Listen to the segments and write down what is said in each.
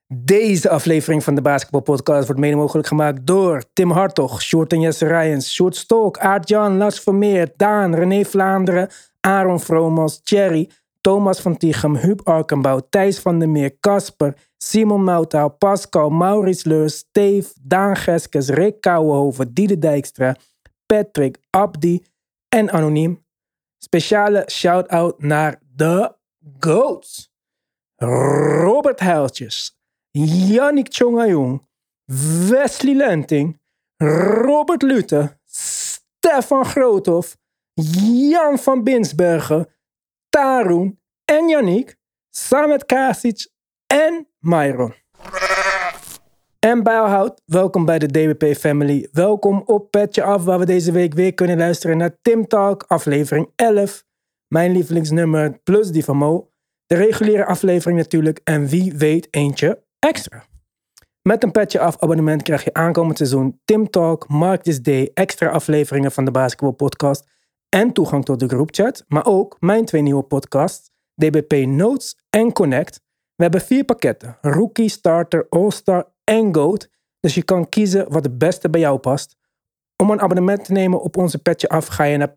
Deze aflevering van de Basketbalpodcast wordt mede mogelijk gemaakt door Tim Hartog, Sjoerd en Jesse Rijens, Sjoerd Stolk, Aart-Jan, Lars Vermeer, Daan, René Vlaanderen, Aaron Vromans, Thierry, Thomas van Tichem, Huub Arkenbouw, Thijs van der Meer, Casper, Simon Moutaal, Pascal, Maurice Leurs, Steve, Daan Geskes, Rick Kouwenhoven, Diede Dijkstra, Patrick, Abdi en Anoniem. Speciale shout-out naar de GOATs. Robert Heiltjes, Yannick Tjongajong, Wesley Lenting, Robert Lute, Stefan Groothoff, Jan van Binsbergen, Tarun en Yannick, Samet Kasic en Myron. En Bijlhout, welkom bij de DBP Family. Welkom op Petje Af, waar we deze week weer kunnen luisteren naar Tim Talk, aflevering 11. Mijn lievelingsnummer plus die van Mo. De reguliere aflevering natuurlijk en wie weet eentje extra. Met een Petje Af abonnement krijg je aankomend seizoen Tim Talk, Mark This Day, extra afleveringen van de Basketbalpodcast en toegang tot de groupchat. Maar ook mijn 2 nieuwe podcasts, DBP Notes en Connect. We hebben 4 pakketten, Rookie, Starter, All-Star en GOAT. Dus je kan kiezen wat het beste bij jou past. Om een abonnement te nemen op onze Petje Af ga je naar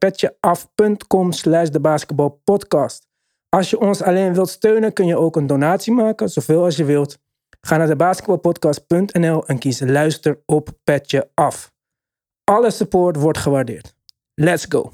petjeaf.com/debasketbalpodcast. Als je ons alleen wilt steunen kun je ook een donatie maken, zoveel als je wilt. Ga naar debasketbalpodcast.nl en kies luister op Petje Af. Alle support wordt gewaardeerd. Let's go.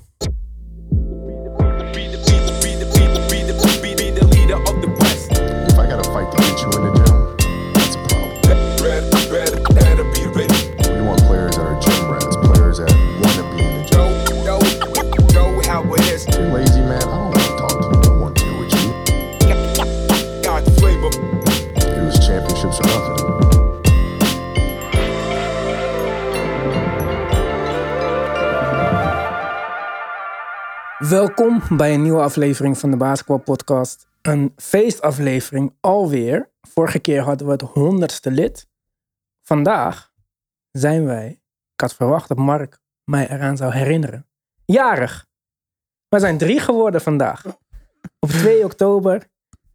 Welkom bij een nieuwe aflevering van de Basketbalpodcast. Een feestaflevering alweer. Vorige keer hadden we het 100ste lid. Vandaag zijn wij, ik had verwacht dat Mark mij eraan zou herinneren, jarig. We zijn 3 geworden vandaag. Op 2 oktober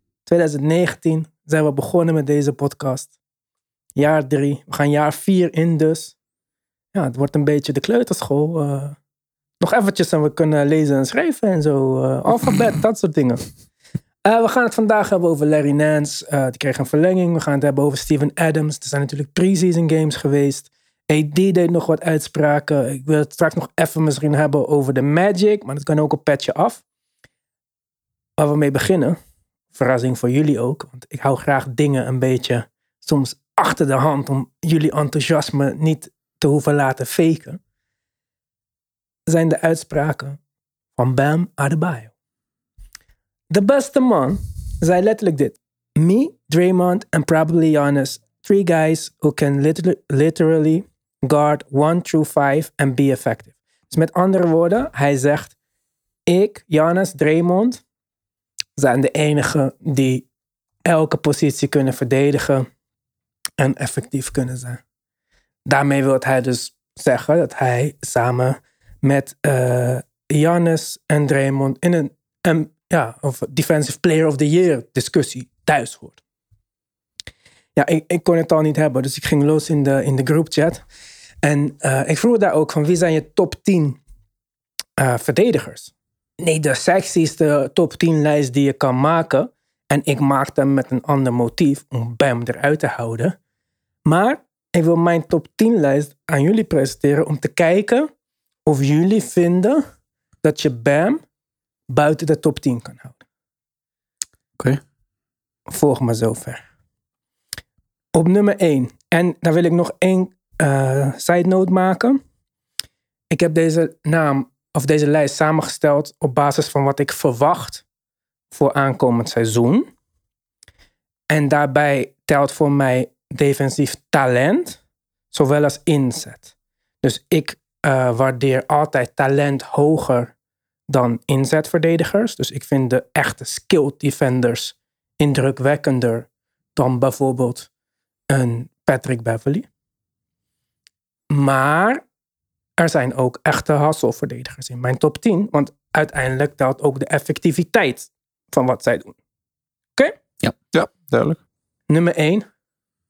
2019 zijn we begonnen met deze podcast. Jaar 3. We gaan jaar 4 in dus. Ja, het wordt een beetje de kleuterschool. Nog eventjes en we kunnen lezen en schrijven en zo. Alfabet, dat soort dingen. We gaan het vandaag hebben over Larry Nance. Die kreeg een verlenging. We gaan het hebben over Steven Adams. Er zijn natuurlijk pre-season games geweest. AD deed nog wat uitspraken. Ik wil het straks nog even misschien hebben over de Magic. Maar dat kan ook op Petje Af. Waar we mee beginnen. Verrassing voor jullie ook. Want ik hou graag dingen een beetje soms achter de hand. Om jullie enthousiasme niet te hoeven laten faken. Zijn de uitspraken van Bam Adebayo. De beste man zei letterlijk dit. Me, Draymond and probably Giannis. 3 guys who can literally guard 1 through 5 and be effective. Dus met andere woorden, hij zegt, ik, Giannis, Draymond zijn de enigen die elke positie kunnen verdedigen en effectief kunnen zijn. Daarmee wil hij dus zeggen dat hij samen met Giannis en Draymond in een Defensive Player of the Year discussie thuis hoort. Ja, ik kon het al niet hebben, dus ik ging los in de groupchat. En ik vroeg daar ook van wie zijn je top 10 verdedigers? Nee, de sexieste top 10 lijst die je kan maken. En ik maak hem met een ander motief om Bam eruit te houden. Maar ik wil mijn top 10 lijst aan jullie presenteren om te kijken of jullie vinden dat je Bam buiten de top 10 kan houden. Oké. Volg me zover. Op nummer 1. En daar wil ik nog 1 side note maken. Ik heb deze lijst samengesteld op basis van wat ik verwacht voor aankomend seizoen. En daarbij telt voor mij defensief talent, zowel als inzet. Dus ik waardeer altijd talent hoger dan inzetverdedigers. Dus ik vind de echte skilled defenders indrukwekkender dan bijvoorbeeld een Patrick Beverley. Maar er zijn ook echte hustle-verdedigers in mijn top 10. Want uiteindelijk telt ook de effectiviteit van wat zij doen. Oké? Ja, duidelijk. Nummer 1.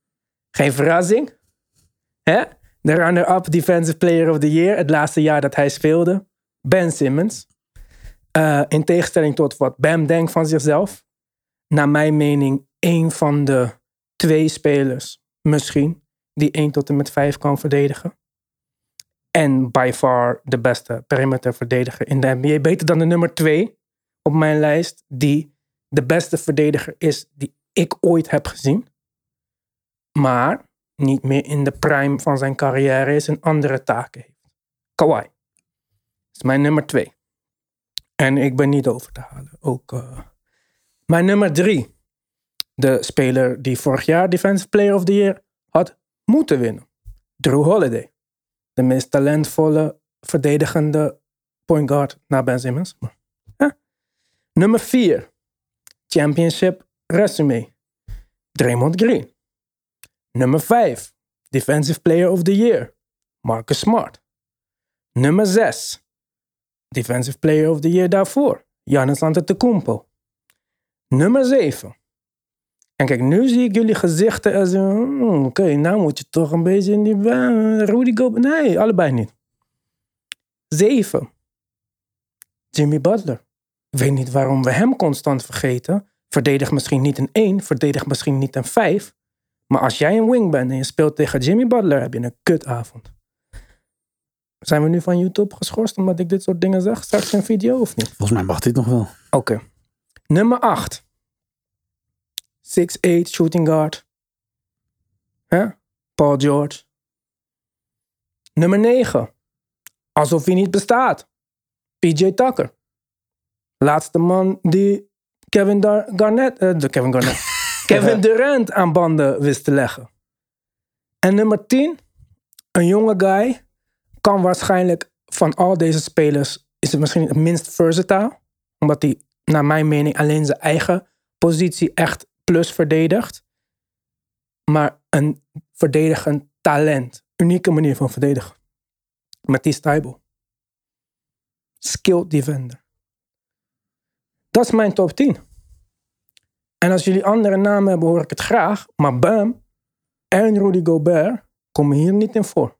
Geen verrassing. Hè? De runner-up Defensive Player of the Year. Het laatste jaar dat hij speelde. Ben Simmons. In tegenstelling tot wat Bam denkt van zichzelf. Naar mijn mening 1 van de 2 spelers. Misschien. Die 1 tot en met 5 kan verdedigen. En by far de beste perimeter verdediger in de NBA. Beter dan de nummer 2 op mijn lijst. Die de beste verdediger is die ik ooit heb gezien. Maar niet meer in de prime van zijn carrière is en andere taken heeft. Kawhi. Dat is mijn nummer 2. En ik ben niet over te halen. Ook mijn nummer 3. De speler die vorig jaar Defensive Player of the Year had moeten winnen. Drew Holiday. De meest talentvolle, verdedigende point guard na Ben Simmons. Nummer 4. Championship resume. Draymond Green. Nummer 5. Defensive Player of the Year. Marcus Smart. Nummer 6. Defensive Player of the Year daarvoor. Giannis Antetokounmpo. Nummer 7. En kijk, nu zie ik jullie gezichten als oké, nou moet je toch een beetje in die Rudy Gobert. Nee, allebei niet. 7. Jimmy Butler. Ik weet niet waarom we hem constant vergeten. Verdedig misschien niet een 1, verdedig misschien niet een 5. Maar als jij een wing bent en je speelt tegen Jimmy Butler, heb je een kutavond. Zijn we nu van YouTube geschorst omdat ik dit soort dingen zeg? Straks een video of niet? Volgens mij mag dit nog wel. Oké. Nummer 8. 6'8 shooting guard. Paul George. Nummer 9. Alsof hij niet bestaat. PJ Tucker. Laatste man die Kevin Durant aan banden wist te leggen. En nummer 10. Een jonge guy. Kan waarschijnlijk van al deze spelers is het misschien het minst versatile. Omdat hij naar mijn mening alleen zijn eigen positie echt plus verdedigt. Maar een verdedigend talent. Unieke manier van verdedigen. Matisse Thybulle. Skilled defender. Dat is mijn top 10. En als jullie andere namen hebben, hoor ik het graag. Maar Bam en Rudy Gobert komen hier niet in voor.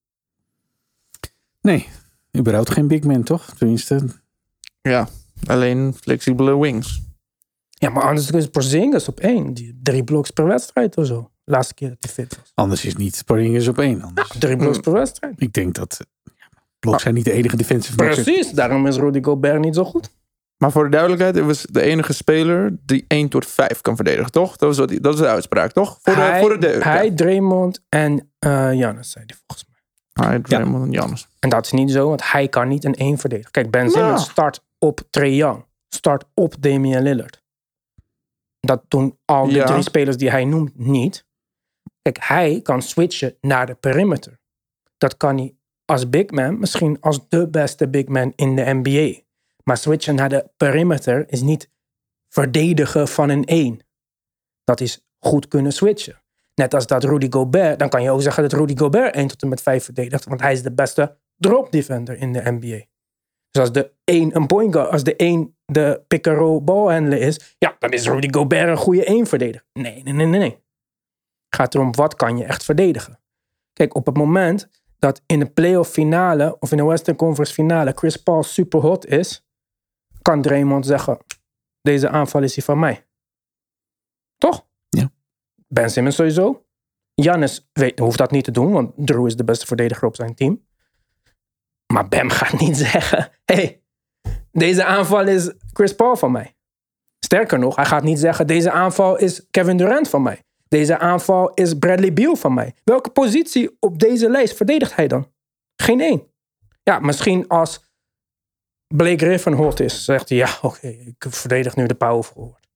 Nee, überhaupt geen big man, toch? Tenminste. Ja, alleen flexibele wings. Ja, maar anders is Porzingis op 1. 3 bloks per wedstrijd of zo. Laatste keer dat hij fit was. Anders is niet Porzingis op 1. Anders. 3 bloks per wedstrijd. Ik denk dat bloks zijn niet de enige defensive backs. Precies, daarom is Rudy Gobert niet zo goed. Maar voor de duidelijkheid, het was de enige speler die 1 tot 5 kan verdedigen, toch? Dat is de uitspraak, toch? Voor de hij, Draymond en Giannis, zei hij volgens mij. Hij, Draymond en Giannis. En dat is niet zo, want hij kan niet een 1 verdedigen. Kijk, Ben Simmons start op Trae Young. Start op Damian Lillard. Dat doen al de 3 spelers die hij noemt niet. Kijk, hij kan switchen naar de perimeter. Dat kan hij als big man, misschien als de beste big man in de NBA. Maar switchen naar de perimeter is niet verdedigen van een 1. Dat is goed kunnen switchen. Net als dat Rudy Gobert, dan kan je ook zeggen dat Rudy Gobert 1 tot en met 5 verdedigt. Want hij is de beste drop defender in de NBA. Dus als de 1 een point guard, als de 1 de pick-and-roll balhandler is, ja, dan is Rudy Gobert een goede 1 verdediger. Nee. Het gaat erom, wat kan je echt verdedigen? Kijk, op het moment dat in de playoff finale of in de Western Conference finale Chris Paul super hot is, kan Draymond zeggen, deze aanval is hier van mij. Toch? Ja. Ben Simmons sowieso. Giannis hoeft dat niet te doen, want Drew is de beste verdediger op zijn team. Maar Bam gaat niet zeggen, hey, deze aanval is Chris Paul van mij. Sterker nog, hij gaat niet zeggen, deze aanval is Kevin Durant van mij. Deze aanval is Bradley Beal van mij. Welke positie op deze lijst verdedigt hij dan? Geen 1. Ja, misschien als Blake Griffin hot is, zegt hij, ja, oké, ik verdedig nu de power forward.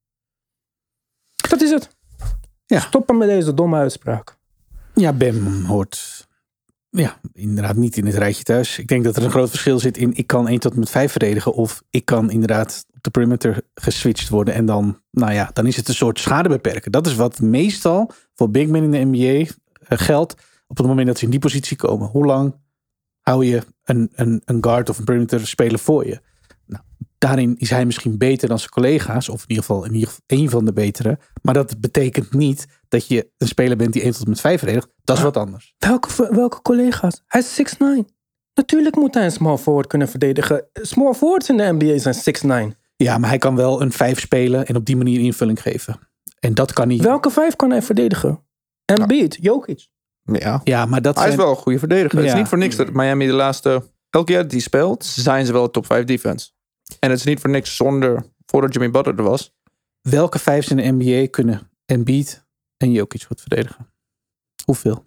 Dat is het. Ja. Stoppen met deze domme uitspraak. Ja, Bam hoort inderdaad niet in het rijtje thuis. Ik denk dat er een groot verschil zit in ik kan 1 tot en met 5 verdedigen of ik kan inderdaad op de perimeter geswitcht worden en dan, dan is het een soort schade beperken. Dat is wat meestal voor big men in de NBA geldt op het moment dat ze in die positie komen. Hoe lang hou je een guard of een perimeter speler voor je? Nou, daarin is hij misschien beter dan zijn collega's. Of in ieder geval één van de betere. Maar dat betekent niet dat je een speler bent die 1 tot en met 5 verdedigt. Dat is wat anders. Welke collega's? Hij is 6'9". Natuurlijk moet hij een small forward kunnen verdedigen. Small forwards in de NBA zijn 6'9". Ja, maar hij kan wel een 5 spelen en op die manier invulling geven. En dat kan niet. Welke 5 kan hij verdedigen? Embiid, Jokic. Ja, maar dat hij is wel een goede verdediger. Het Ja. is niet voor niks dat Miami de laatste... Elke jaar die speelt, zijn ze wel een top 5 defense. En het is niet voor niks voordat Jimmy Butler er was. Welke 5's in de NBA kunnen Embiid en Jokic goed verdedigen? Hoeveel?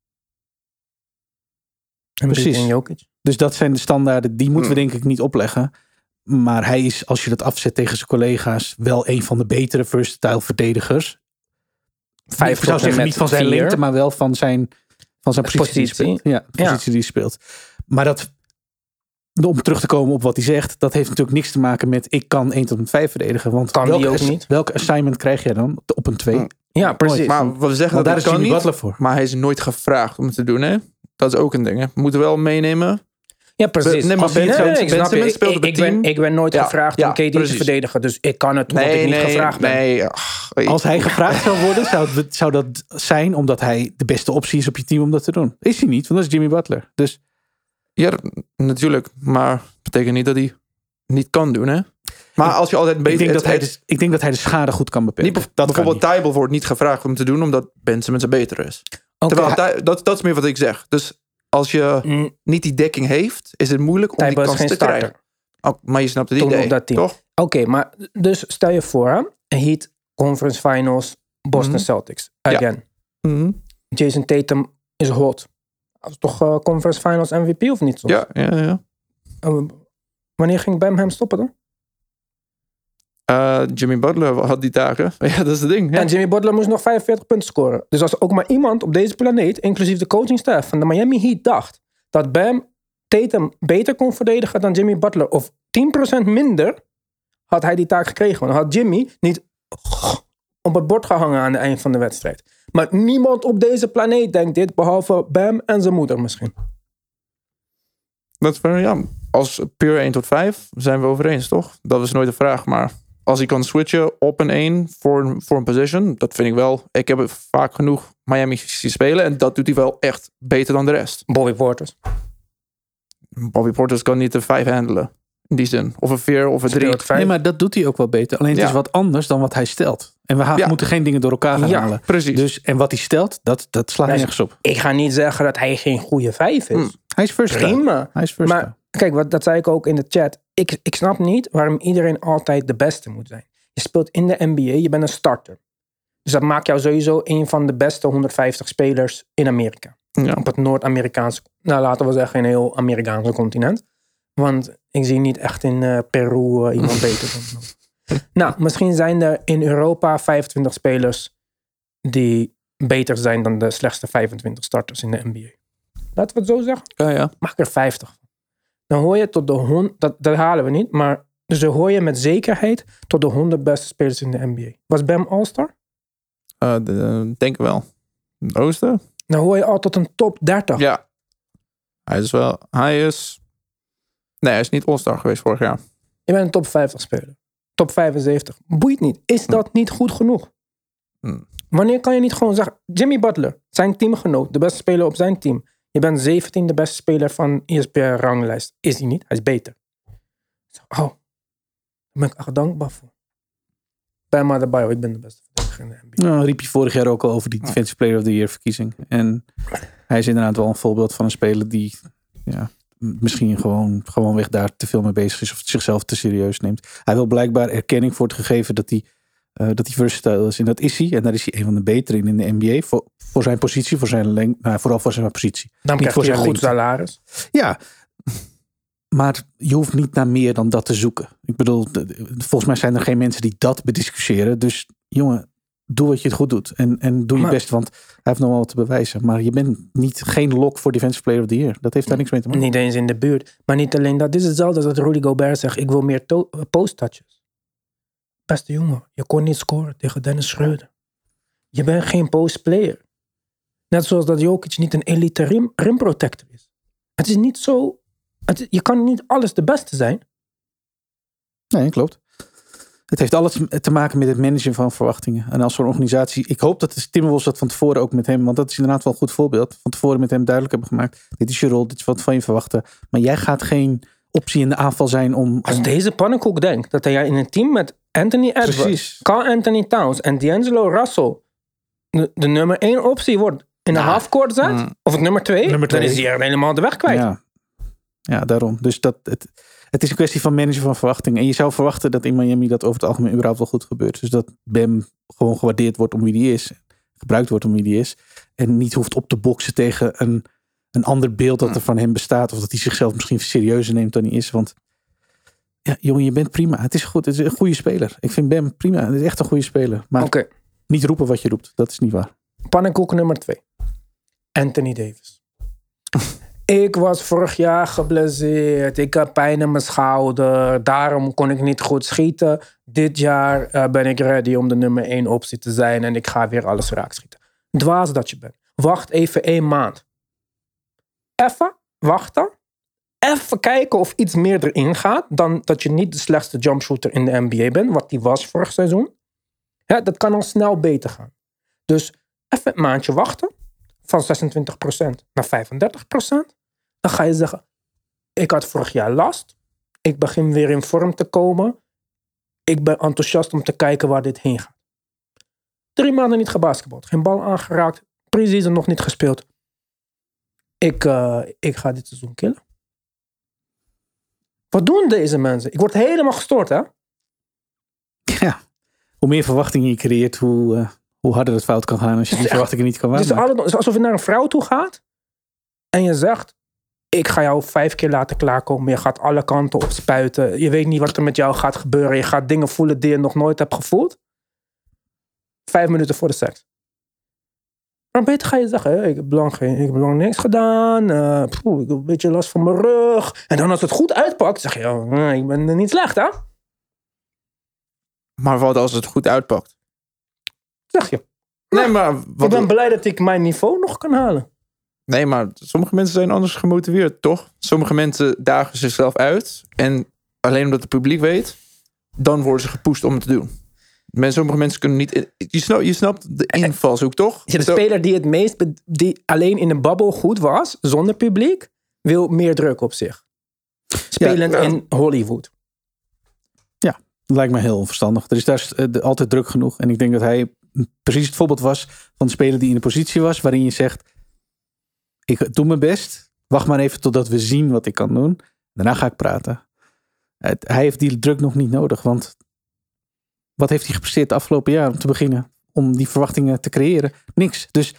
Embiid Precies. en Jokic. Dus dat zijn de standaarden, die moeten we denk ik niet opleggen. Maar hij is, als je dat afzet tegen zijn collega's, wel een van de betere versatile verdedigers. 5 Ik zou zeggen niet van zijn 4. lengte, maar wel van zijn positie. Die hij speelt. Ja, de positie die hij speelt. Maar om terug te komen op wat hij zegt, dat heeft natuurlijk niks te maken met ik kan 1 tot en met 5 verdedigen. Want Kan die ook niet? Welke assignment krijg jij dan op een 2? Ja, precies. Maar we zeggen Want dat daar hij is kan Jimmy niet. Butler voor. Maar hij is nooit gevraagd om het te doen, hè? Dat is ook een ding, hè? We moeten wel meenemen. Ja, precies. Nee, maar Ben Simmons speelt op het team. Ik ben nooit Ja, gevraagd ja, om KD te precies. verdedigen. Dus ik kan het omdat ik niet gevraagd ben. Nee. Als hij gevraagd zou worden, zou dat zijn omdat hij de beste optie is op je team om dat te doen. Is hij niet, want dat is Jimmy Butler. Dus Ja, natuurlijk. Maar betekent niet dat hij niet kan doen, hè? Maar als je altijd een beetje... ik denk dat hij de schade goed kan beperken. Niet, dat bijvoorbeeld kan niet. Tybal wordt niet gevraagd om te doen omdat Ben Simmons een beter is. Oké. Terwijl dat is meer wat ik zeg. Dus als je niet die dekking heeft, is het moeilijk om die Tybal is kans geen te krijgen. starter. Oh, maar je snapt het Toen idee, op dat team. toch? Oké, maar dus stel je voor, hè? Heat, Conference Finals, Boston Celtics. Again. Mhm. Jason Tatum is hot. Dat is toch Conference Finals MVP of niet? Soms? Ja. Wanneer ging Bam hem stoppen dan? Jimmy Butler had die taken. Ja, dat is het ding. Ja. En Jimmy Butler moest nog 45 punten scoren. Dus als ook maar iemand op deze planeet, inclusief de coachingstaf van de Miami Heat, dacht dat Bam Tatum beter kon verdedigen dan Jimmy Butler, of 10% minder, had hij die taak gekregen. Want dan had Jimmy niet op het bord gehangen aan het eind van de wedstrijd. Maar niemand op deze planeet denkt dit, behalve Bam en zijn moeder misschien. Dat is fair, ja. Als puur 1 tot 5 zijn we over eens, toch? Dat is nooit de vraag. Maar als hij kan switchen op een 1 voor een position, dat vind ik wel. Ik heb vaak genoeg Miami zien spelen en dat doet hij wel echt beter dan de rest. Bobby Portis. Bobby Portis kan niet een 5 handelen. In die zin. Of een 4 of een 3. Speelt 5. Nee, maar dat doet hij ook wel beter. Alleen het is wat anders dan wat hij stelt. En we moeten geen dingen door elkaar gaan Ja, halen. precies. Dus, en wat hij stelt, dat slaat nergens op. Ik ga niet zeggen dat hij geen goede 5 is. Hij is first Prima. Hij is first Maar kijk, dat zei ik ook in de chat. Ik snap niet waarom iedereen altijd de beste moet zijn. Je speelt in de NBA, je bent een starter. Dus dat maakt jou sowieso een van de beste 150 spelers in Amerika. Ja. Op het Noord-Amerikaanse, nou laten we zeggen een heel Amerikaanse continent. Want ik zie niet echt in Peru iemand beter dan. Nou, misschien zijn er in Europa 25 spelers die beter zijn dan de slechtste 25 starters in de NBA. Laten we het zo zeggen. Ja. Mag ik er 50 van. Dan hoor je tot de 100, dat halen we niet, maar dus dan hoor je met zekerheid tot de 100 beste spelers in de NBA. Was Bam All-Star? Denk wel. Het oosten? Dan hoor je al tot een top 30. Ja. Hij is niet All-Star geweest vorig jaar. Je bent een top 50 speler. Top 75. Boeit niet. Is dat niet goed genoeg? Wanneer kan je niet gewoon zeggen, Jimmy Butler, zijn teamgenoot, de beste speler op zijn team. Je bent 17e beste speler van ESPN-ranglijst. Is hij niet? Hij is beter. Oh, daar ben ik echt dankbaar voor. Bam Adebayo, ik ben de beste verdediger in de NBA. Nou, riep je vorig jaar ook al over die Defensive Player of the Year verkiezing. En hij is inderdaad wel een voorbeeld van een speler die misschien gewoonweg daar te veel mee bezig is of zichzelf te serieus neemt. Hij wil blijkbaar erkenning voor het gegeven dat hij versatile is. En dat is hij. En daar is hij een van de betere in de NBA. Voor zijn positie, voor zijn lengte. Vooral voor zijn positie. Dan niet krijgt voor hij een zijn goed lengte. salaris. Ja, maar je hoeft niet naar meer dan dat te zoeken. Ik bedoel, volgens mij zijn er geen mensen die dat bediscussiëren. Dus jongen, doe wat je het goed doet. En doe je best, want hij heeft nog wel wat te bewijzen. Maar je bent geen lock voor Defensive Player of the Year. Dat heeft daar niks mee te maken. Niet eens in de buurt. Maar niet alleen dat. Dit is hetzelfde als dat Rudy Gobert zegt, ik wil meer post-touches. Beste jongen, je kon niet scoren tegen Dennis Schreuder. Je bent geen post-player. Net zoals dat Jokic niet een elite rim protector is. Het is niet zo... je kan niet alles de beste zijn. Nee, klopt. Het heeft alles te maken met het managen van verwachtingen. En als zo'n organisatie... Ik hoop dat de Timberwolves dat van tevoren ook met hem... want dat is inderdaad wel een goed voorbeeld... van tevoren met hem duidelijk hebben gemaakt. Dit is je rol, dit is wat van je verwachten. Maar jij gaat geen optie in de aanval zijn om... Als deze pannenkoek denkt dat hij in een team met Anthony Edwards... Karl Anthony Towns en D'Angelo Russell... de nummer 1 optie wordt in de halfcourt zet... of het nummer 2, dan is hij er helemaal de weg kwijt. Ja, daarom. Dus het is een kwestie van managen van verwachtingen. En je zou verwachten dat in Miami dat over het algemeen überhaupt wel goed gebeurt. Dus dat Bam gewoon gewaardeerd wordt om wie die is. Gebruikt wordt om wie die is. En niet hoeft op te boksen tegen een ander beeld dat er van hem bestaat. Of dat hij zichzelf misschien serieuzer neemt dan hij is. Want ja, jongen, je bent prima. Het is goed. Het is een goede speler. Ik vind Bam prima. Het is echt een goede speler. Maar niet roepen wat je roept. Dat is niet waar. Pannenkoek nummer 2. Anthony Davis. Ik was vorig jaar geblesseerd. Ik had pijn in mijn schouder. Daarom kon ik niet goed schieten. Dit jaar ben ik ready om de nummer 1 optie te zijn. En ik ga weer alles raak schieten. Dwaas dat je bent. Wacht even 1 maand. Even wachten. Even kijken of iets meer erin gaat. Dan dat je niet de slechtste jumpshooter in de NBA bent. Wat die was vorig seizoen. Ja, dat kan al snel beter gaan. Dus even een maandje wachten. Van 26% naar 35%. Dan ga je zeggen, ik had vorig jaar last. Ik begin weer in vorm te komen. Ik ben enthousiast om te kijken waar dit heen gaat. 3 maanden niet gebasketbald. Geen bal aangeraakt. Preseason nog niet gespeeld. Ik ga dit seizoen killen. Wat doen deze mensen? Ik word helemaal gestoord, hè? Ja, hoe meer verwachtingen je creëert, hoe harder het fout kan gaan als je die verwachtingen niet kan waarmaken. Het is alsof je naar een vrouw toe gaat en je zegt, ik ga jou 5 keer laten klaarkomen. Je gaat alle kanten op spuiten. Je weet niet wat er met jou gaat gebeuren. Je gaat dingen voelen die je nog nooit hebt gevoeld. 5 minuten voor de seks. Maar beter ga je zeggen, ik heb lang niks gedaan. Ik heb een beetje last van mijn rug. En dan als het goed uitpakt, zeg je, ik ben niet slecht, hè? Maar wat als het goed uitpakt? Zeg je. Nee, maar ik ben blij dat ik mijn niveau nog kan halen. Nee, maar sommige mensen zijn anders gemotiveerd, toch? Sommige mensen dagen zichzelf uit. En alleen omdat het publiek weet, dan worden ze gepusht om het te doen. Sommige mensen kunnen niet... Je snapt de invalshoek, toch? Ja, de speler die alleen in een bubbel goed was, zonder publiek, wil meer druk op zich. Spelend in Hollywood. Ja, dat lijkt me heel onverstandig. Er is daar altijd druk genoeg. En ik denk dat hij precies het voorbeeld was van een speler die in een positie was waarin je zegt, ik doe mijn best. Wacht maar even totdat we zien wat ik kan doen. Daarna ga ik praten. Hij heeft die druk nog niet nodig. Want wat heeft hij gepresteerd het afgelopen jaar om te beginnen? Om die verwachtingen te creëren? Niks. Dus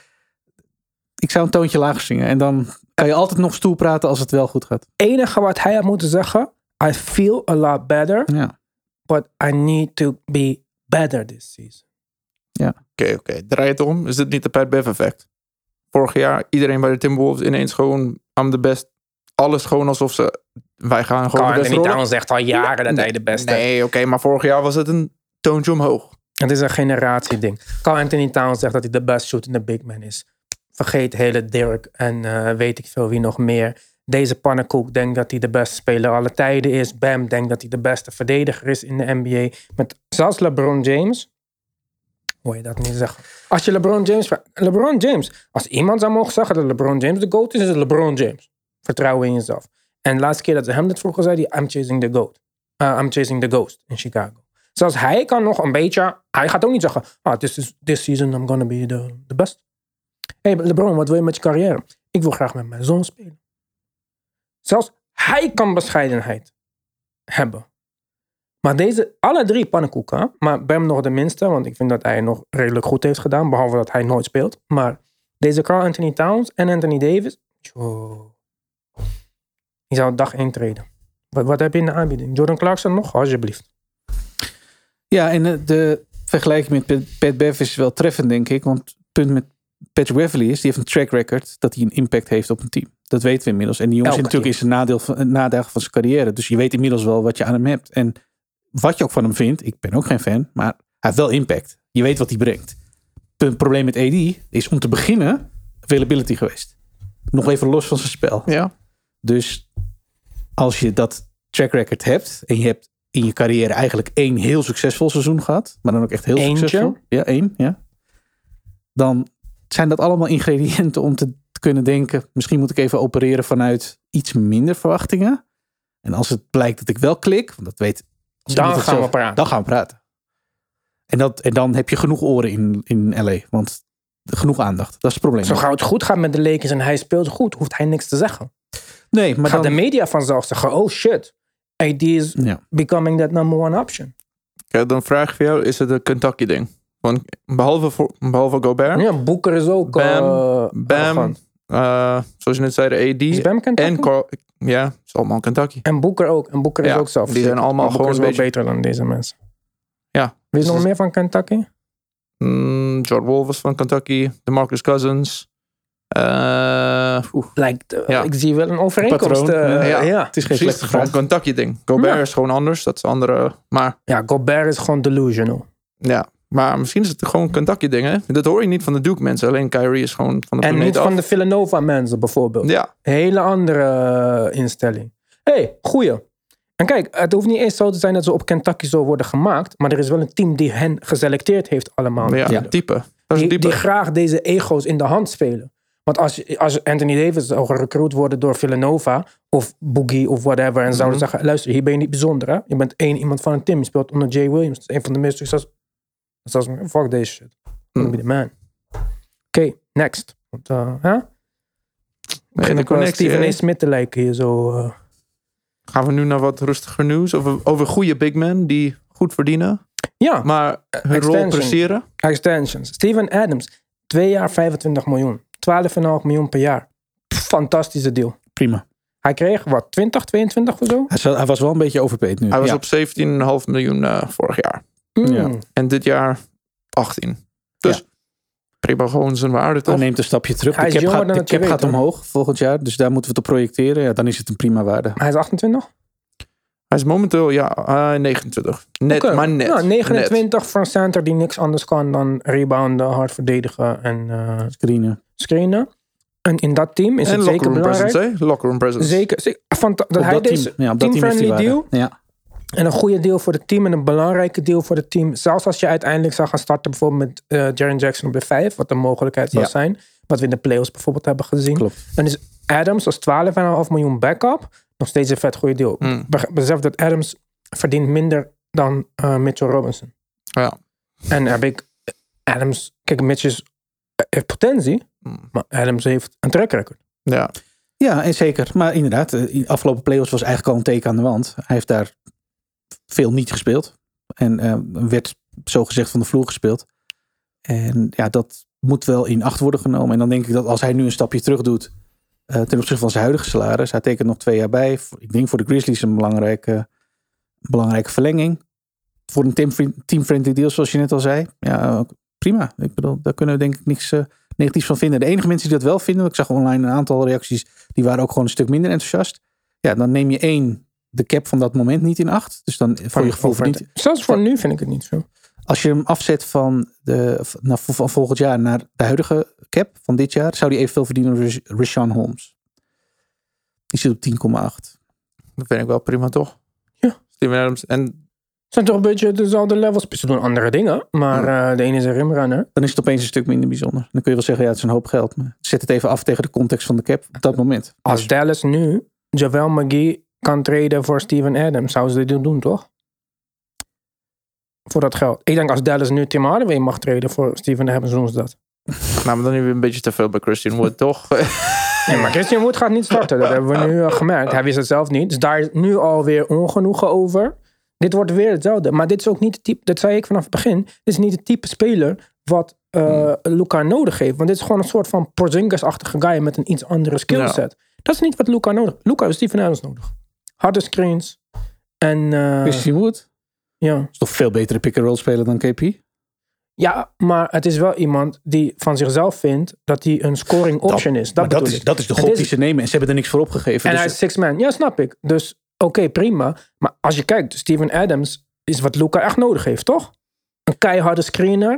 ik zou een toontje lager zingen. En dan kan je altijd nog stoel praten als het wel goed gaat. Het enige wat hij had moeten zeggen, I feel a lot better. Ja. But I need to be better this season. Ja. Oké. Draai het om. Is dit niet de Pat Bev effect? Vorig jaar, iedereen bij de Timberwolves ineens gewoon I'm the best. Alles gewoon alsof wij gaan gewoon de beste rollen. Carl zegt al jaren dat hij de beste. Nee, oké, maar vorig jaar was het een toontje omhoog. Het is een generatieding. Carl Anthony Towns zegt dat hij de best shootende big man is. Vergeet hele Dirk en weet ik veel wie nog meer. Deze pannenkoek denkt dat hij de beste speler aller tijden is. Bam denkt dat hij de beste verdediger is in de NBA. Met zelfs LeBron James. Hoor je dat niet zeggen? Als je LeBron James. Als iemand zou mogen zeggen dat LeBron James de GOAT is het LeBron James. Vertrouwen in jezelf. En de laatste keer dat ze hem dit vroegen, zei hij, I'm chasing the GOAT. I'm chasing the ghost in Chicago. Zelfs hij kan nog een beetje. Hij gaat ook niet zeggen, this season I'm gonna be the best. Hey LeBron, wat wil je met je carrière? Ik wil graag met mijn zoon spelen. Zelfs hij kan bescheidenheid hebben. Maar alle 3 pannenkoeken, maar Bam nog de minste, want ik vind dat hij nog redelijk goed heeft gedaan, behalve dat hij nooit speelt. Maar deze Karl Anthony Towns en Anthony Davis, die zou dag 1 treden. Wat heb je in de aanbieding? Jordan Clarkson nog? Alsjeblieft. Ja, en de vergelijking met Pat Bev is wel treffend, denk ik. Want het punt met Patrick Beverley is, die heeft een track record dat hij een impact heeft op een team. Dat weten we inmiddels. En die jongen zit natuurlijk in zijn nadeel van zijn carrière. Dus je weet inmiddels wel wat je aan hem hebt. En wat je ook van hem vindt, ik ben ook geen fan, maar hij heeft wel impact. Je weet wat hij brengt. Het probleem met AD is om te beginnen availability geweest. Nog even los van zijn spel. Ja. Dus als je dat track record hebt en je hebt in je carrière eigenlijk 1 heel succesvol seizoen gehad. Maar dan ook echt heel succesvol. Ja, 1. Ja. Dan zijn dat allemaal ingrediënten om te kunnen denken, misschien moet ik even opereren vanuit iets minder verwachtingen. En als het blijkt dat ik wel klik, want dat weet... Dan gaan we praten. Dan gaan we praten. En dan heb je genoeg oren in LA. Want genoeg aandacht. Dat is het probleem. Zo gauw het goed gaat met de Lakers en hij speelt goed, hoeft hij niks te zeggen. Nee, maar gaat de media vanzelf zeggen, oh shit, AD is becoming that number 1 option. Kijk, dan vraag ik voor jou, is het een Kentucky ding? Want behalve Gobert. Ja, Booker is ook... Bam. Zoals je net zei, de AD. Is Bam Kentucky? Ja, het is allemaal Kentucky. En Booker ook. En Booker is ook zelf. Die zijn allemaal Booker gewoon is wel beter dan deze mensen. Ja. Wie is nog meer van Kentucky? Jordan Wall was van Kentucky. DeMarcus Cousins. Ik zie wel een overeenkomst. Het is geen slechte gewoon een Kentucky ding. Gobert is gewoon anders. Dat is andere. Maar ja, Gobert is gewoon delusional. Ja, maar misschien is het gewoon een Kentucky ding. Hè? Dat hoor je niet van de Duke mensen. Alleen Kyrie is gewoon van de en planeet niet af. Van de Villanova mensen bijvoorbeeld. Ja. Hele andere instelling. Goeie. En kijk, het hoeft niet eens zo te zijn dat ze op Kentucky zo worden gemaakt. Maar er is wel een team die hen geselecteerd heeft allemaal. Ja, type. Dat is die graag deze ego's in de hand spelen. Want als Anthony Davis zou gerecruit worden door Villanova of Boogie of whatever. En zouden zeggen, luister, hier ben je niet bijzonder. Hè? Je bent iemand van een team. Je speelt onder Jay Williams. Dat is een van de meest succesvolle. Fuck deze shit. I'm gonna be the man. Oké, next. Begin ik wel Stephen A. Smith te lijken hier zo. Gaan we nu naar wat rustiger nieuws over goede big men die goed verdienen. Ja. Maar hun rol presteren. Extensions. Steven Adams. 2 jaar 25 miljoen. 12,5 miljoen per jaar. Fantastische deal. Prima. Hij kreeg wat, 20, 22 of zo? Hij was wel een beetje overpaid nu. Hij was op 17,5 miljoen vorig jaar. Ja. En dit jaar 18. Dus prima gewoon zijn waarde toch? Hij neemt een stapje terug. De cap gaat omhoog volgend jaar. Dus daar moeten we het op projecteren. Ja, dan is het een prima waarde. Hij is 28? Hij is momenteel 29. Maar net. Nou, 29 voor een center die niks anders kan dan rebounden, hard verdedigen en screenen. En in dat team is het zeker belangrijk. Locker room presence. Zeker. Dat hij deze team-friendly deal. Ja. En een goede deal voor het team en een belangrijke deal voor het team. Zelfs als je uiteindelijk zou gaan starten bijvoorbeeld met Jaren Jackson op de 5. Wat een mogelijkheid zou zijn. Wat we in de playoffs bijvoorbeeld hebben gezien. Klopt. Dan is Adams als 12,5 miljoen backup nog steeds een vet goede deal. Besef dat Adams verdient minder dan Mitchell Robinson. Ja. En heb ik Adams... Kijk, Mitchell heeft potentie. Maar Adams heeft een track record. Ja, en zeker. Maar inderdaad, de afgelopen playoffs was eigenlijk al een teken aan de wand. Hij heeft daar veel niet gespeeld. En werd zogezegd van de vloer gespeeld. En ja, dat moet wel in acht worden genomen. En dan denk ik dat als hij nu een stapje terug doet ten opzichte van zijn huidige salaris. Hij tekent nog 2 jaar bij. Ik denk voor de Grizzlies een belangrijke verlenging. Voor een team-friendly deal, zoals je net al zei. Ja, prima. Ik bedoel, daar kunnen we denk ik niks negatiefs van vinden. De enige mensen die dat wel vinden, ik zag online een aantal reacties, die waren ook gewoon een stuk minder enthousiast. Ja, dan neem je de cap van dat moment niet in acht. Dus dan voor je gevoel niet. Zelfs voor nu vind ik het niet zo. Als je hem afzet van volgend jaar naar de huidige cap van dit jaar, zou die evenveel verdienen als Richaun Holmes. Die zit op 10,8. Dat vind ik wel prima, toch? Ja. Steven Adams en... Het zijn toch een beetje dezelfde levels. Ze doen andere dingen, maar de ene is een rimrunner. Dan is het opeens een stuk minder bijzonder. Dan kun je wel zeggen, het is een hoop geld. Maar zet het even af tegen de context van de cap op dat moment. Als Dallas nu JaVale McGee kan traden voor Steven Adams, zouden ze dit doen, toch? Voor dat geld. Ik denk als Dallas nu Tim Hardaway mag traden voor Steven Adams, doen ze dat. Nou, maar dan hebben we een beetje te veel bij Christian Wood, toch? Nee, maar Christian Wood gaat niet starten. Dat hebben we nu gemerkt. Hij wist het zelf niet. Dus daar is nu alweer ongenoegen over. Dit wordt weer hetzelfde. Maar dit is ook niet het type, dat zei ik vanaf het begin. Dit is niet het type speler wat Luka nodig heeft. Want dit is gewoon een soort van Porzingis-achtige guy met een iets andere skillset. Ja. Dat is niet wat Luka nodig heeft. Luka heeft Steven Adams nodig. Harde screens. En Christian Wood? Ja. Is toch veel betere pick-and-roll speler dan KP? Ja, maar het is wel iemand die van zichzelf vindt dat hij een scoring option is. Dat is de gok die ze nemen. En ze hebben er niks voor opgegeven. En dus hij is 6-man. Ja, snap ik. Dus oké, prima. Maar als je kijkt, Steven Adams is wat Luka echt nodig heeft, toch? Een keiharde screener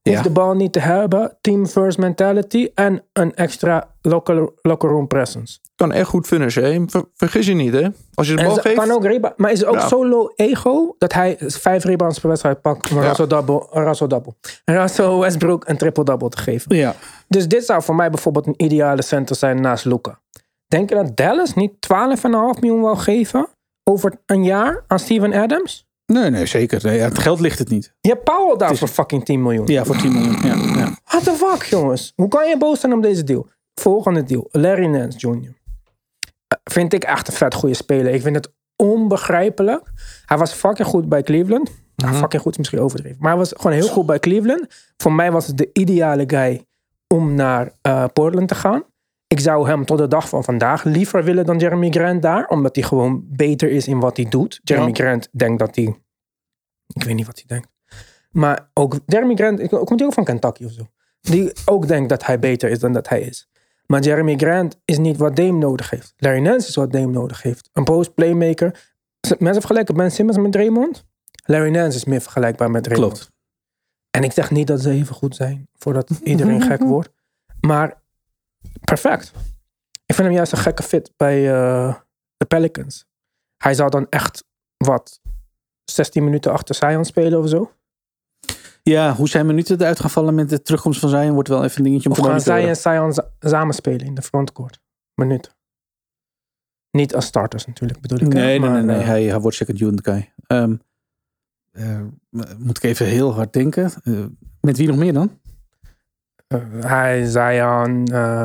Hoeft de bal niet te hebben. Team first mentality. En een extra locker room presence. Kan echt goed finishen. Hè? Vergis je niet, hè? Als je de bal geeft... Kan ook maar is ook zo low ego dat hij 5 rebounds per wedstrijd pakt. Een Russell-double. En Russell Westbrook een triple-double te geven. Ja. Dus dit zou voor mij bijvoorbeeld een ideale center zijn naast Luka. Denk je dat Dallas niet 12,5 miljoen wou geven over een jaar aan Steven Adams? Nee, zeker. Nee, het geld ligt het niet. Je hebt Powell daar voor fucking 10 miljoen. Ja, voor 10 miljoen. Ja. What the fuck, jongens? Hoe kan je boos zijn om deze deal? Volgende deal. Larry Nance Jr. Vind ik echt een vet goede speler. Ik vind het onbegrijpelijk. Hij was fucking goed bij Cleveland. Fucking goed is misschien overdreven. Maar hij was gewoon heel goed bij Cleveland. Voor mij was het de ideale guy om naar Portland te gaan. Ik zou hem tot de dag van vandaag liever willen dan Jeremy Grant daar. Omdat hij gewoon beter is in wat hij doet. Jeremy Grant denkt dat hij... Ik weet niet wat hij denkt. Maar ook Jeremy Grant... Komt hij ook van Kentucky of zo? Die ook denkt dat hij beter is dan dat hij is. Maar Jeremy Grant is niet wat Dame nodig heeft. Larry Nance is wat Dame nodig heeft. Een post-playmaker. Mensen vergelijken Ben Simmons met Draymond. Larry Nance is meer vergelijkbaar met Draymond. Klopt. En ik zeg niet dat ze even goed zijn. Voordat iedereen gek wordt. Maar perfect. Ik vind hem juist een gekke fit bij de Pelicans. Hij zou dan echt 16 minuten achter Zion spelen of zo. Ja, hoe zijn minuten eruit gaan vallen met de terugkomst van Zion wordt wel even een dingetje om te monitoren. Of gaan Zion samen spelen in de frontcourt? Minuten. Niet als starters natuurlijk, bedoel ik. Nee. Hij wordt second unit guy. Moet ik even heel hard denken. Met wie nog meer dan? Hij, Zion,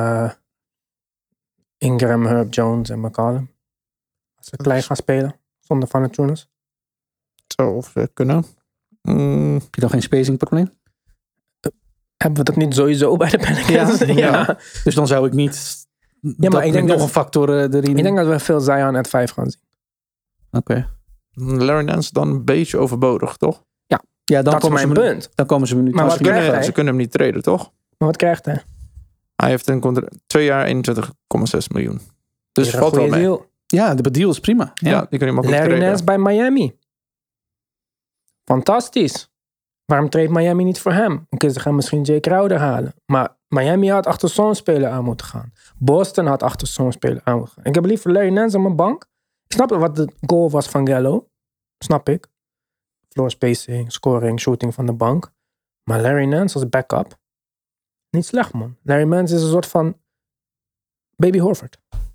Ingram, Herb Jones en McCollum. Als ze klein gaan spelen, zonder Valanciunas. Zou kunnen. Heb je dan geen spacing probleem? Hebben we dat niet sowieso bij de Pelicans? Ja. Dus dan zou ik niet... maar ik denk nog een factor erin... Ik denk dat we veel Zion at 5 gaan zien. Oké. Larry Nance dan een beetje overbodig, toch? Ja, dan dat is mijn punt. Dan komen ze minuten. Maar Ze kunnen hem niet traden, toch? Maar wat krijgt hij? Hij heeft een 2 jaar 21,6 miljoen. Dus valt wel mee. Deal. Ja, de deal is prima. Ja, die kan je makkelijk Larry traden. Nance bij Miami. Fantastisch. Waarom treedt Miami niet voor hem? Oké, ze gaan misschien Jay Crowder halen. Maar Miami had achter zo'n speler aan moeten gaan. Boston had achter zo'n speler aan moeten gaan. Ik heb liever Larry Nance op mijn bank. Ik snap wat de goal was van Gallo. Snap ik. Floor spacing, scoring, shooting van de bank. Maar Larry Nance als backup. Niet slecht, man. Larry Nance is een soort van Baby Horford.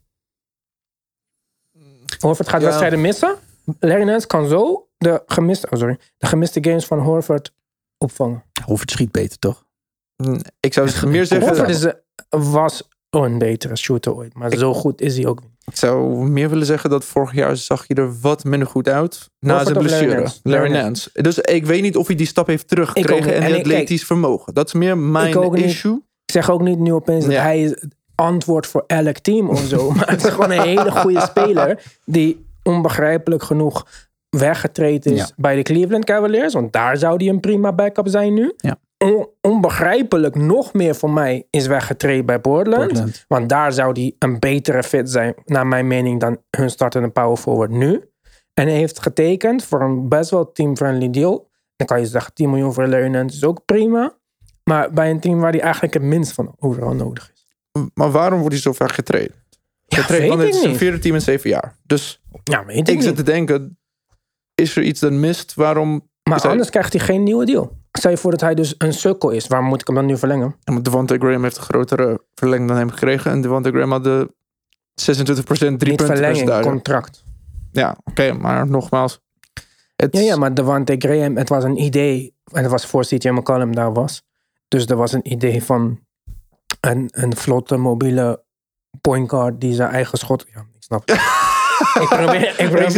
Horford gaat wedstrijden missen. Larry Nance kan zo de gemiste games van Horford opvangen. Horford schiet beter, toch? Ik zou meer zeggen... Horford was een betere shooter ooit. Maar zo goed is hij ook niet. Ik zou meer willen zeggen dat vorig jaar zag je er wat minder goed uit. Na zijn blessure. Larry Nance. Dus ik weet niet of hij die stap heeft teruggekregen en het atletisch vermogen. Dat is meer mijn issue. Ik zeg ook niet nu opeens dat hij is antwoord voor elk team of zo. Maar het is gewoon een hele goede speler die onbegrijpelijk genoeg weggetreden is bij de Cleveland Cavaliers. Want daar zou hij een prima backup zijn nu. Ja. Onbegrijpelijk nog meer voor mij is weggetreden bij Portland. Want daar zou hij een betere fit zijn, naar mijn mening, dan hun startende power forward nu. En hij heeft getekend voor een best wel team-friendly deal. Dan kan je zeggen 10 miljoen voor Larry Nance is ook prima. Maar bij een team waar hij eigenlijk het minst van overal nodig is. Maar waarom wordt hij zo vaak getraind? Want het is een 4e team in 7 jaar. Dus ik zit te denken, is er iets dat mist? Waarom? Maar anders krijgt hij geen nieuwe deal. Stel je voor dat hij dus een sukkel is. Waarom moet ik hem dan nu verlengen? Ja, Devontae Graham heeft een grotere verlenging dan hem gekregen. En Devontae Graham had de 26% 3-punten verlenging, contract. Ja, oké, maar nogmaals. Ja, maar Devontae Graham, het was een idee. En het was voor CJ McCollum daar was. Dus er was een idee van een vlotte, mobiele point guard die zijn eigen schot... Ja, ik snap het. Ik probeer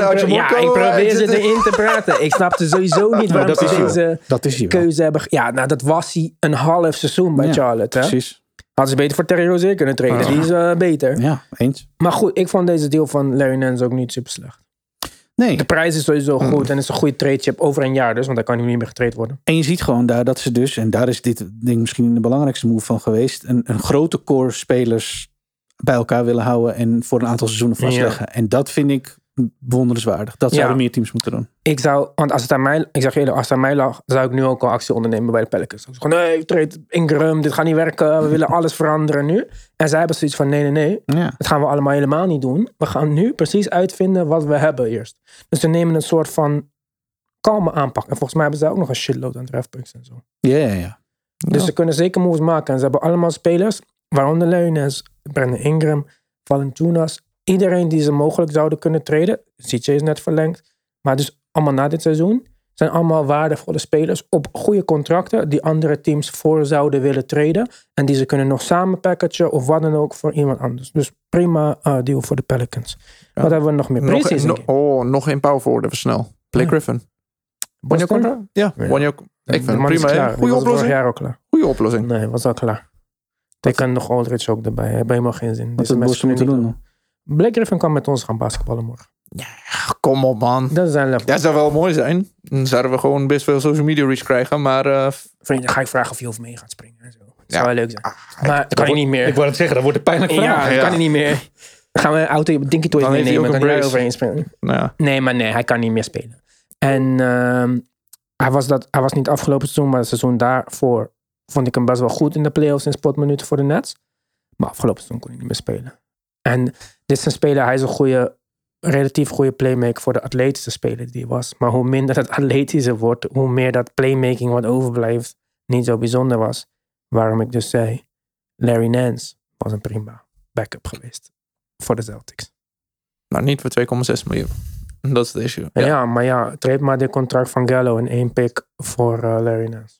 ze erin te praten. Ik snapte sowieso niet waarom ze deze keuze hebben. Ja, nou dat was hij een half seizoen bij Charlotte. Hè? Precies. Hadden ze beter voor Terry Rozier kunnen trainen. Die is beter. Ja, eens. Maar goed, ik vond deze deal van Larry Nance ook niet super slecht. Nee. De prijs is sowieso goed en is een goede trade chip over een jaar dus, want dan kan hij niet meer getraind worden. En je ziet gewoon daar dat ze dus, en daar is dit denk ik misschien de belangrijkste move van geweest, een grote core spelers bij elkaar willen houden en voor een aantal seizoenen vastleggen. Ja. En dat vind ik bewonderenswaardig. Dat zouden meer teams moeten doen. Want als het aan mij, ik zeg eerlijk, als het aan mij lag, zou ik nu ook al actie ondernemen bij de Pelicans. Ik zeg gewoon, nee, trade Ingram, dit gaat niet werken, we willen alles veranderen nu. En zij hebben zoiets van, nee, dat gaan we allemaal helemaal niet doen. We gaan nu precies uitvinden wat we hebben eerst. Dus we nemen een soort van kalme aanpak. En volgens mij hebben ze ook nog een shitload aan draft picks en zo. Ja. Dus ze kunnen zeker moves maken. En ze hebben allemaal spelers, waaronder Larry Nance, Brandon Ingram, Valanciunas, iedereen die ze mogelijk zouden kunnen traden. CJ is net verlengd. Maar dus allemaal na dit seizoen zijn allemaal waardevolle spelers op goede contracten die andere teams voor zouden willen traden. En die ze kunnen nog samen packagen of wat dan ook voor iemand anders. Dus prima deal voor de Pelicans. Ja. Wat hebben we nog meer? Nog een power forward, even snel. Blake Griffin. Boston? Ja. Ik vind het prima. Goeie oplossing. Vorig jaar ook klaar. Goeie oplossing. Nee, was al klaar. Ik kan nog Aldridge ook erbij. Heb helemaal geen zin. Wat is Boston moeten doen? Blake Griffin kan met ons gaan basketballen morgen. Ja, kom op man. Dat zou wel mooi zijn. Dan zouden we gewoon best veel social media reach krijgen. Maar vriend, dan ga ik vragen of je over mee gaat springen. En zo. Dat zou wel leuk zijn. Maar dat kan je niet meer. Ik wou het zeggen, dat wordt een pijnlijk vraag. Ja, dat kan hij niet meer. Dan gaan we een auto Dinky Toys meenemen. Dan kan hij overheen springen. Ja. Nee, hij kan niet meer spelen. En hij was niet afgelopen seizoen, maar het seizoen daarvoor vond ik hem best wel goed in de playoffs in spotminuten voor de Nets. Maar afgelopen seizoen kon hij niet meer spelen. En dit is een speler, hij is een relatief goede playmaker voor de atletische speler die hij was. Maar hoe minder het atletische wordt, hoe meer dat playmaking wat overblijft niet zo bijzonder was. Waarom ik dus zei, Larry Nance was een prima backup geweest voor de Celtics. Maar niet voor 2,6 miljoen. Dat is het issue. Ja, maar trade maar dit contract van Gallo en 1 pick voor Larry Nance.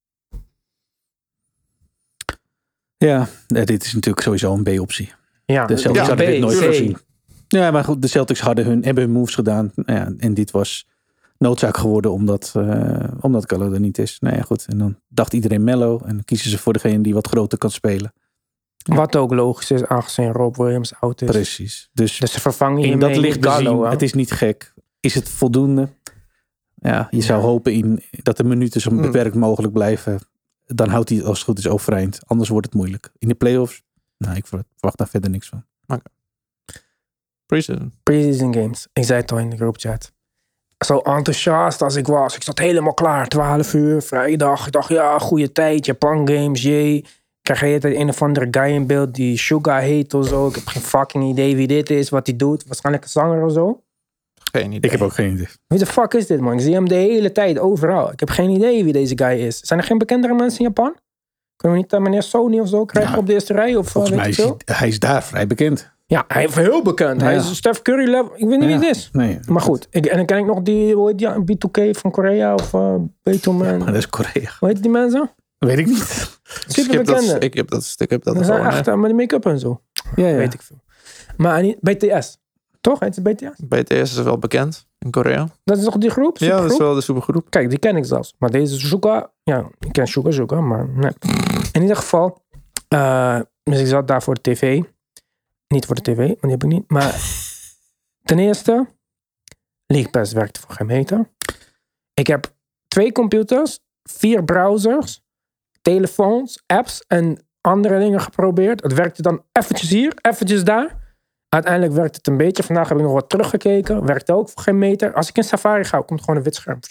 Ja, dit is natuurlijk sowieso een B-optie. Ja, de Celtics hadden dit nooit voorzien. Ja, maar goed, de Celtics hebben hun moves gedaan. Ja, en dit was noodzaak geworden omdat Gallo er niet is. Nou ja, goed. En dan dacht iedereen Melo. En dan kiezen ze voor degene die wat groter kan spelen. Ja. Wat ook logisch is, aangezien Rob Williams oud is. Precies. Dus ze vervangen hiermee dat licht Gallo. Het is niet gek. Is het voldoende? Ja, je zou hopen dat de minuten zo beperkt mogelijk blijven. Dan houdt hij het als het goed is overeind. Anders wordt het moeilijk. In de playoffs? Nou, ik verwacht daar verder niks van. Okay. Preseason games. Ik zei het al in de groupchat. Zo enthousiast als ik was. Ik zat helemaal klaar. 12 uur, vrijdag. Ik dacht, ja, goede tijd. Japan games, jee. Ik krijg een of andere guy in beeld die Suga heet of zo. Ik heb geen fucking idee wie dit is, wat hij doet. Waarschijnlijk een zanger of zo. Geen idee. Ik heb ook geen idee. Wie de fuck is dit, man? Ik zie hem de hele tijd, overal. Ik heb geen idee wie deze guy is. Zijn er geen bekendere mensen in Japan? Kunnen we niet meneer Sony of zo krijgen op de eerste rij? Of volgens mij hij is daar vrij bekend. Ja, hij is heel bekend. Hij is Steph Curry level. Ik weet niet wie het is. Nee, maar goed. En dan ken ik nog die, hoe heet die, B2K van Korea of Beethoven. Ja, maar dat is Korea. Hoe heet die mensen? Weet ik niet. Super bekende. Ik heb dat gewoon. Zijn echt met de make-up en zo. Ja. Weet ik veel. Maar niet, BTS. Toch? Heet het BTS? BTS is wel bekend in Korea. Dat is toch die groep? Ja, dat is wel de supergroep. Kijk, die ken ik zelfs. Maar deze Suga, ja, ik ken Suga, maar nee. In ieder geval, dus ik zat daar voor de tv. Niet voor de tv, want die heb ik niet. Maar ten eerste, League Pass werkt voor geen meter. Ik heb 2 computers, 4 browsers, telefoons, apps en andere dingen geprobeerd. Het werkte dan eventjes hier, eventjes daar. Uiteindelijk werkt het een beetje. Vandaag heb ik nog wat teruggekeken. Werkte ook voor geen meter. Als ik in Safari ga, komt gewoon een wit scherm.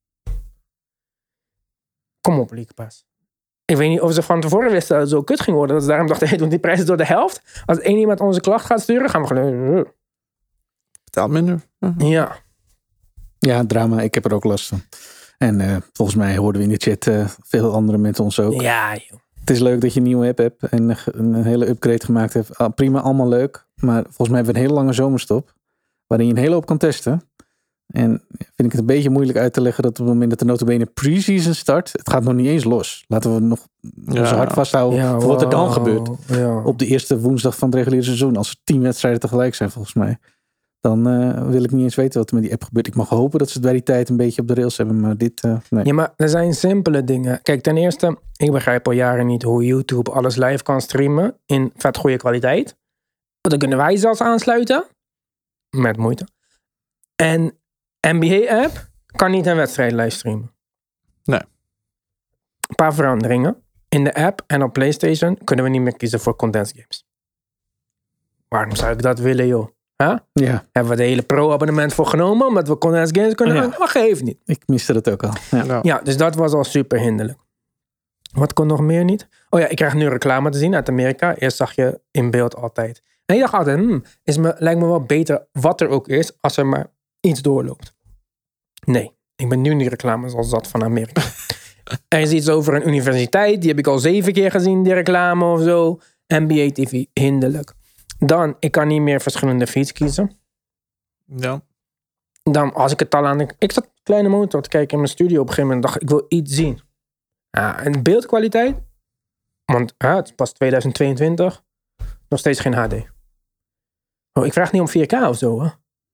Kom op, League Pass. Ik weet niet of ze van tevoren wisten dat het zo kut ging worden. Dat ze daarom dachten, hey, doen die prijzen door de helft. Als één iemand onze klacht gaat sturen, gaan we gewoon... Betaalt minder. Ja. Ja, drama. Ik heb er ook last van. En volgens mij hoorden we in de chat veel andere mensen ons ook. Ja, joh. Het is leuk dat je een nieuwe app hebt en een hele upgrade gemaakt hebt. Prima, allemaal leuk. Maar volgens mij hebben we een hele lange zomerstop. Waarin je een hele hoop kan testen. En vind ik het een beetje moeilijk uit te leggen dat op het moment dat de nota bene pre-season start, het gaat nog niet eens los. Laten we nog onze hart vasthouden voor wat er dan gebeurt. Ja. Op de eerste woensdag van het reguliere seizoen. Als er 10 wedstrijden tegelijk zijn volgens mij. Dan wil ik niet eens weten wat er met die app gebeurt. Ik mag hopen dat ze het bij die tijd een beetje op de rails hebben. Maar dit, nee. Ja, maar er zijn simpele dingen. Kijk, ten eerste, ik begrijp al jaren niet hoe YouTube alles live kan streamen in vet goede kwaliteit. Dan kunnen wij zelfs aansluiten. Met moeite. En NBA-app kan niet een wedstrijd livestreamen. Nee. Een paar veranderingen. In de app en op PlayStation kunnen we niet meer kiezen voor condensed games. Waarom zou ik dat willen, joh? Ja, Hebben we de hele pro-abonnement voor genomen, omdat we condensed games kunnen gaan. Maar geeft niet. ik miste dat ook al. Ja. Ja, dus dat was al super hinderlijk. Wat kon nog meer niet? Oh ja, ik krijg nu reclame te zien uit Amerika. Eerst zag je in beeld altijd. En ik dacht altijd, lijkt me wel beter wat er ook is, als er maar iets doorloopt. Nee, ik ben nu die reclames al zat van Amerika. Er is iets over een universiteit, die heb ik al 7 keer gezien, die reclame of zo. NBA TV, hinderlijk. Dan, ik kan niet meer verschillende feeds kiezen. Ja. Dan, als ik het al aan... Ik zat op een kleine monitor te kijken in mijn studio. Op een gegeven moment dacht ik wil iets zien. Ja, en beeldkwaliteit? Want het is pas 2022. Nog steeds geen HD. Oh, ik vraag niet om 4K of zo, hè?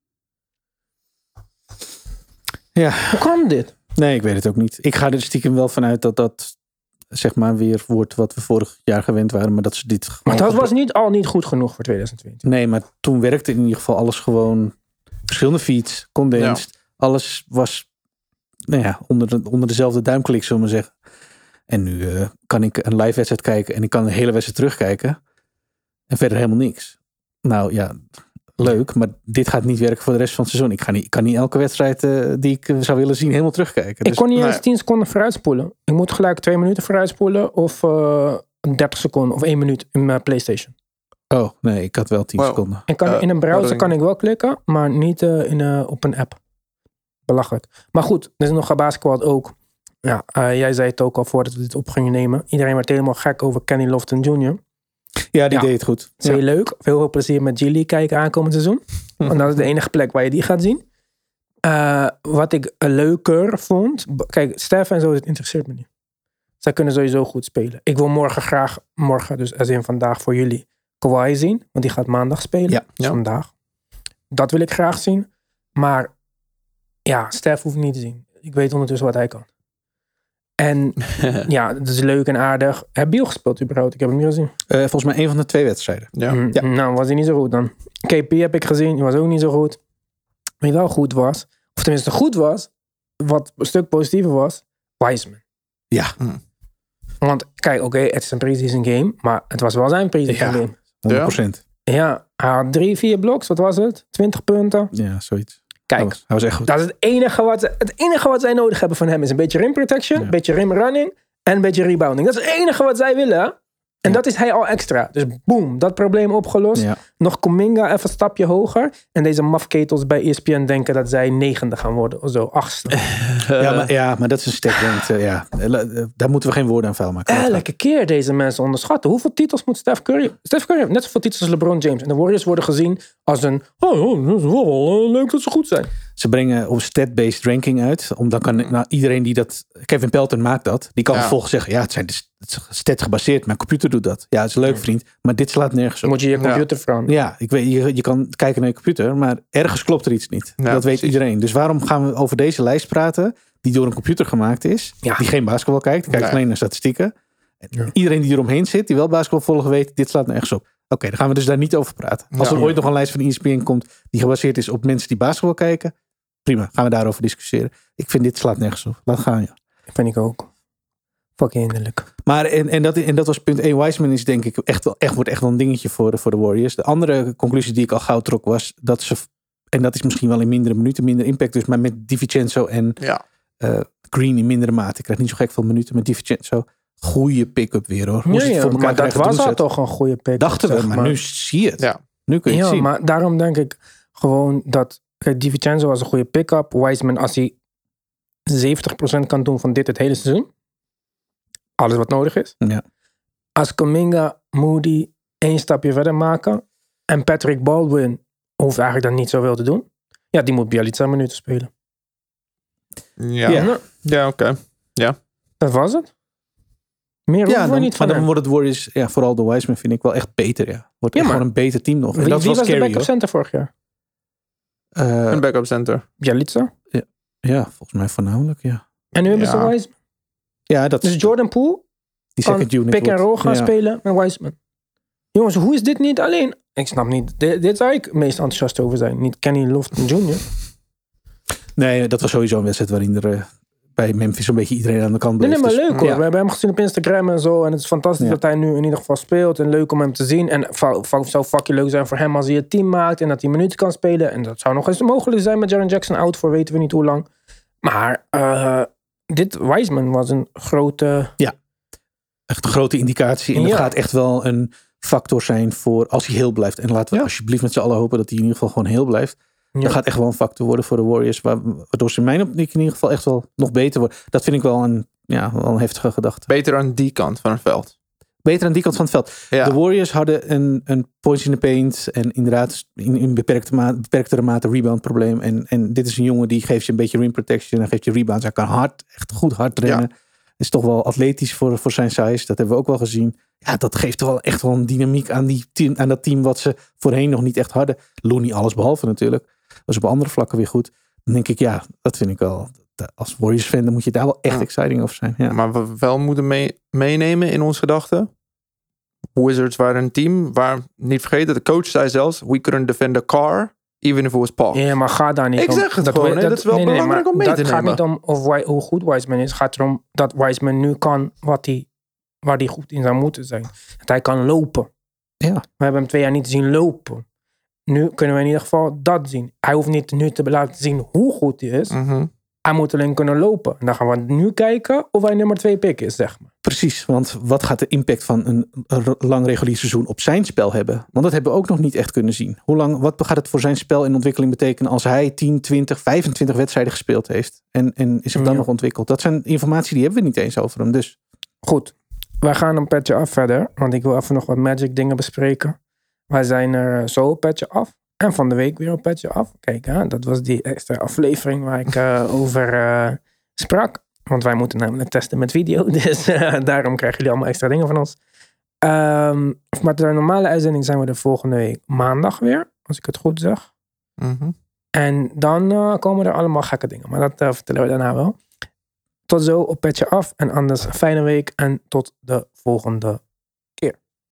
Ja. Hoe kan dit? Nee, ik weet het ook niet. Ik ga er stiekem wel vanuit dat zeg maar weer wordt wat we vorig jaar gewend waren. Maar dat ze dit Maar dat was niet goed genoeg voor 2020. Nee, maar toen werkte in ieder geval alles gewoon. Verschillende feeds, condensed. Ja. Alles was onder dezelfde duimklik, zullen we maar zeggen. En nu kan ik een live wedstrijd kijken en ik kan de hele wedstrijd terugkijken. En verder helemaal niks. Nou ja, leuk, maar dit gaat niet werken voor de rest van het seizoen. Ik kan niet elke wedstrijd die ik zou willen zien helemaal terugkijken. Ik kon niet eens 10 seconden vooruitspoelen. Ik moet gelijk 2 minuten vooruitspoelen of 30 seconden of 1 minuut in mijn PlayStation. Oh, nee, ik had wel 10 seconden. En in een browser kan ik wel klikken, maar niet op een app. Belachelijk. Maar goed, er is nog basketbal ook. Ja, jij zei het ook al voordat we dit op gingen nemen. Iedereen werd helemaal gek over Kenny Lofton Jr. Ja, die deed het goed. Dat is heel leuk. Veel plezier met G-League kijken aankomend seizoen. Want dat is de enige plek waar je die gaat zien. Wat ik leuker vond. Kijk, Stef en zo, het interesseert me niet. Zij kunnen sowieso goed spelen. Ik wil morgen, dus als in vandaag voor jullie, Kawhi zien. Want die gaat maandag spelen. Ja. Dus vandaag. Dat wil ik graag zien. Maar ja, Stef hoeft niet te zien. Ik weet ondertussen wat hij kan. En ja, dat is leuk en aardig. Heb Biel gespeeld überhaupt? Ik heb hem niet gezien. Volgens mij 1 van de 2 wedstrijden. Ja. Nou, was hij niet zo goed dan. KP heb ik gezien. Die was ook niet zo goed. Wie wel goed was, of tenminste goed was, wat een stuk positiever was, Wiseman. Ja. Want kijk, oké, het is een preseason game, maar het was wel zijn preseason game. 100%. Ja, hij had 3-4 bloks, wat was het? 20 punten. Ja, zoiets. Kijk, hij was echt goed. Dat is het enige wat zij nodig hebben van hem is een beetje rim protection, een beetje rim running en een beetje rebounding. Dat is het enige wat zij willen. En dat is hij al extra. Dus boom, dat probleem opgelost. Ja. Nog Kuminga even een stapje hoger. En deze mafketels bij ESPN denken dat zij 9e gaan worden. Of zo, 8e. Maar dat is een statement. Daar moeten we geen woorden aan vuil maken. Elke keer deze mensen onderschatten. Hoeveel titels moet Steph Curry? Steph Curry heeft net zoveel titels als LeBron James. En de Warriors worden gezien als een... Oh, dat is wel leuk dat ze goed zijn. Ze brengen op stat-based ranking uit. Dan kan iedereen die dat... Kevin Pelton maakt dat. Die kan vervolgens zeggen... Ja, het is stat gebaseerd. Mijn computer doet dat. Ja, het is leuk, vriend. Maar dit slaat nergens op. Moet je computer veranderen. Ja, ik weet, je kan kijken naar je computer. Maar ergens klopt er iets niet. Ja, dat weet iedereen. Dus waarom gaan we over deze lijst praten... die door een computer gemaakt is. Ja. Die geen basketbal kijkt. Die kijkt alleen naar statistieken. Iedereen die eromheen zit, die wel basketbal volgen weet... dit slaat nergens op. Oké, dan gaan we dus daar niet over praten. Als er ooit nog een lijst van ESPN komt... die gebaseerd is op mensen die basketbal kijken... prima, gaan we daarover discussiëren. Ik vind dit slaat nergens op. Laat gaan, ja. Vind ik ook. Fucking hinderlijk. Maar en dat was punt 1. Wiseman is denk ik wordt echt wel een dingetje voor de Warriors. De andere conclusie die ik al gauw trok was... dat ze, en dat is misschien wel in mindere minuten, minder impact dus... maar met DiVincenzo en Green in mindere mate. Ik krijg niet zo gek veel minuten met DiVincenzo. Goeie pick-up weer, hoor. Maar dat was al toch een goede pick-up. Dachten we, maar nu zie je het. Ja. Nu kun je het zien. Ja, maar daarom denk ik gewoon dat... Kijk, DiVincenzo was een goede pick-up. Wiseman, als hij 70% kan doen van dit het hele seizoen. Alles wat nodig is. Ja. Als Kuminga, Moody 1 stapje verder maken. En Patrick Baldwin hoeft eigenlijk dan niet zoveel te doen. Ja, die moet Bjelica minuten spelen. Ja, oké. Ja. Dat was het. Meer hoeven we niet van maar dan wordt het Warriors, vooral de Wiseman vind ik wel echt beter. Ja. Wordt echt gewoon een beter team nog. En wie dat was scary, de backup center vorig jaar? Een backup center. Bjelica? Ja, volgens mij voornamelijk, ja. En nu hebben ze Wiseman. Ja, dat dus Jordan Poole die kan pick and roll gaan spelen met Wiseman. Jongens, hoe is dit niet alleen? Ik snap niet. Dit zou ik meest enthousiast over zijn. Niet Kenny Lofton Jr. Nee, dat was sowieso een wedstrijd waarin er bij Memphis een beetje iedereen aan de kant bleef. Nee, maar leuk hoor. Ja. We hebben hem gezien op Instagram en zo. En het is fantastisch dat hij nu in ieder geval speelt. En leuk om hem te zien. En het zou fucking leuk zijn voor hem als hij het team maakt. En dat hij minuten kan spelen. En dat zou nog eens mogelijk zijn met Jaren Jackson out voor weten we niet hoe lang. Maar dit Wiseman was een grote... Echt een grote indicatie. En dat gaat echt wel een factor zijn voor als hij heel blijft. En laten we alsjeblieft met z'n allen hopen dat hij in ieder geval gewoon heel blijft. Ja. Dat gaat echt wel een factor worden voor de Warriors. Waardoor ze in mijn optiek in ieder geval echt wel nog beter worden. Dat vind ik wel een heftige gedachte. Beter aan die kant van het veld. Beter aan die kant van het veld. Ja. De Warriors hadden een points in the paint. En inderdaad in beperktere mate rebound probleem. En dit is een jongen die geeft je een beetje rim protection. En geeft je rebounds. Hij kan echt goed hard rennen. Ja. Is toch wel atletisch voor zijn size. Dat hebben we ook wel gezien. Ja, dat geeft wel echt wel een dynamiek aan dat team wat ze voorheen nog niet echt hadden. Looney alles behalve natuurlijk. Was op andere vlakken weer goed. Dan denk ik, dat vind ik wel. Als Warriors fan, dan moet je daar wel echt exciting over zijn. Ja. Maar we wel moeten meenemen in ons gedachten. Wizards waren een team waar, niet vergeten, de coach zei zelfs, we couldn't defend a car, even if it was parked. Ja, maar ga daar niet om. Ik zeg het gewoon, dat is wel belangrijk om mee te nemen. Het gaat niet om hoe goed Wiseman is. Het gaat erom dat Wiseman nu kan waar hij goed in zou moeten zijn. Dat hij kan lopen. Ja. We hebben hem 2 jaar niet zien lopen. Nu kunnen we in ieder geval dat zien. Hij hoeft niet nu te laten zien hoe goed hij is. Mm-hmm. Hij moet alleen kunnen lopen. En dan gaan we nu kijken of hij nummer 2 pick is, zeg maar. Precies, want wat gaat de impact van een lang regulier seizoen op zijn spel hebben? Want dat hebben we ook nog niet echt kunnen zien. Wat gaat het voor zijn spel in ontwikkeling betekenen als hij 10, 20, 25 wedstrijden gespeeld heeft? En is zich dan nog ontwikkeld? Dat zijn informatie die hebben we niet eens over hem. Dus. Goed, wij gaan een petje af verder. Want ik wil even nog wat Magic dingen bespreken. Wij zijn er zo een petje af. En van de week weer een petje af. Kijk, dat was die extra aflevering waar ik over sprak. Want wij moeten namelijk testen met video. Dus daarom krijgen jullie allemaal extra dingen van ons. Maar de normale uitzending zijn we de volgende week maandag weer. Als ik het goed zeg. Mm-hmm. En dan komen er allemaal gekke dingen. Maar dat vertellen we daarna wel. Tot zo op petje af. En anders een fijne week. En tot de volgende